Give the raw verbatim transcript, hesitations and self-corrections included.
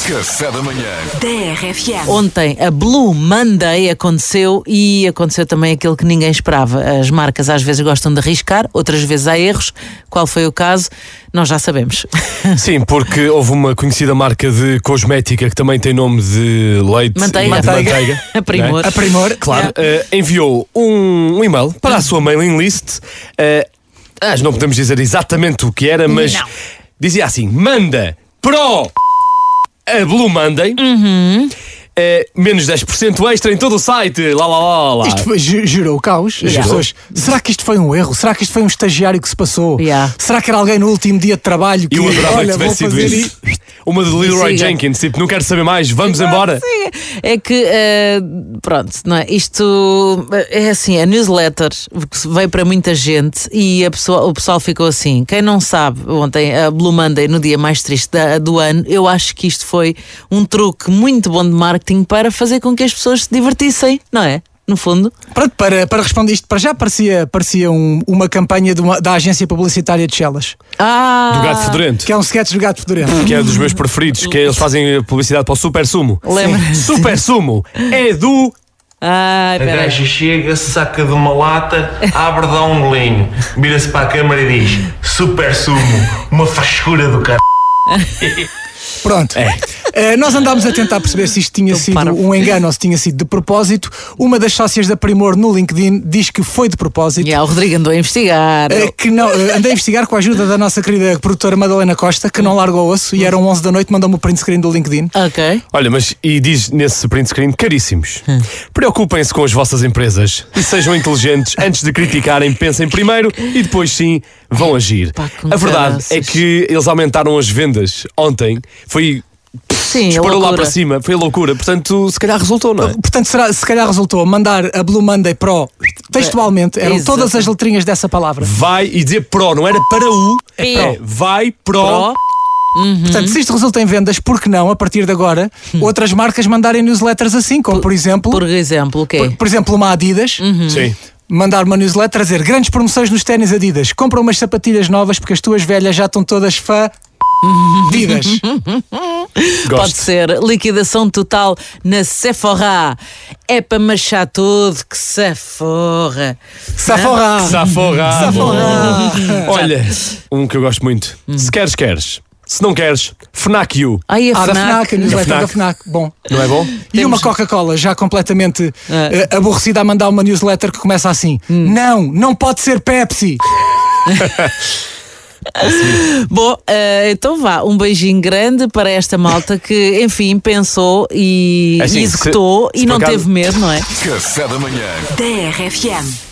Café da manhã. D R F M. Ontem a Blue Monday aconteceu e aconteceu também aquilo que ninguém esperava. As marcas às vezes gostam de arriscar, outras vezes há erros. Qual foi o caso? Nós já sabemos. Sim, porque houve uma conhecida marca de cosmética que também tem nome de leite Manteiga. de manteiga. A Primor. Não é? A Primor, Claro, eh, enviou um, um e-mail para a sua mailing list. eh, ah, não podemos dizer exatamente o que era, mas Não. dizia assim: manda pro a Blue Monday. Uhum. eh, menos dez por cento extra em todo o site. Lá, lá, lá, lá. Isto foi, ge- gerou o caos. As Gerou. pessoas, será que isto foi um erro? Será que isto foi um estagiário que se passou? Yeah. Será que era alguém no último dia de trabalho que, Eu adorava olha, que vou tivesse sido fazer isso. isto? Uma de Leroy Siga. Jenkins, tipo, não quero saber mais, vamos embora. Sim, é que, eh, pronto, não é? Isto é assim, a newsletter veio para muita gente e a pessoa, o pessoal ficou assim. Quem não sabe, ontem a Blue Monday, no dia mais triste da- do ano, eu acho que isto foi um truque muito bom de marketing para fazer com que as pessoas se divertissem, não é? No fundo. Pronto, para, para responder isto, para já parecia, parecia um- uma campanha de uma- da agência publicitária de Chelas, Ah, Do gato fedorento. que é um sketch do gato fedorento. Que é dos meus preferidos, que eles fazem publicidade para o Super Sumo. Lembra? Super Sumo é do. Ai, A peraí. gaja chega, saca de uma lata, abre, dá um golinho, vira-se para a câmara e diz: Super Sumo, uma frescura do cara. Pronto. Eh, nós andámos a tentar perceber se isto tinha sido parvo. um engano ou se tinha sido de propósito. Uma das sócias da Primor no LinkedIn diz que foi de propósito. E yeah, o Rodrigo andou a investigar. Eh, que não, eh, andei a investigar com a ajuda da nossa querida produtora Madalena Costa, que não largou o osso, e eram onze da noite, mandou-me o print screen do LinkedIn. Ok. Olha, mas e diz nesse print screen: caríssimos, preocupem-se com as vossas empresas e sejam inteligentes. Antes de criticarem, pensem primeiro e depois sim vão agir. Pá, com A verdade é caraças. que eles aumentaram as vendas ontem. Foi. Sim, Disparou lá loucura. para cima, foi loucura. Portanto, se calhar resultou, não é? Portanto, será, se calhar resultou mandar a Blue Monday Pro textualmente, eram Exato. todas as letrinhas dessa palavra. Vai e dizer pro, não era para o, É. é vai pro. Pro. Portanto, se isto resulta em vendas, por que não, a partir de agora, outras marcas mandarem newsletters assim, como por exemplo, Por exemplo, o quê? por, por exemplo, uma Adidas. Sim. Mandar uma newsletter a dizer grandes promoções nos ténis Adidas. Compra umas sapatilhas novas porque as tuas velhas já estão todas fã. Adidas. Gosto. Pode ser liquidação total na Sephora. É para marchar tudo, que Sephora. Saforra. Saforra. Saforra. Olha, um que eu gosto muito. Se queres, queres. Se não queres, Fnac You. Aí a Ah, da FNAC. FNAC, a newsletter Da da FNAC. Bom. Não é bom? E uma Coca-Cola já completamente Ah. eh, aborrecida a mandar uma newsletter que começa assim: Não, não pode ser Pepsi. Bom, eh, então vá, um beijinho grande para esta malta que, enfim, pensou e, Assim, e executou se- e se não por acaso- teve medo, não é? Café da manhã. D R F M.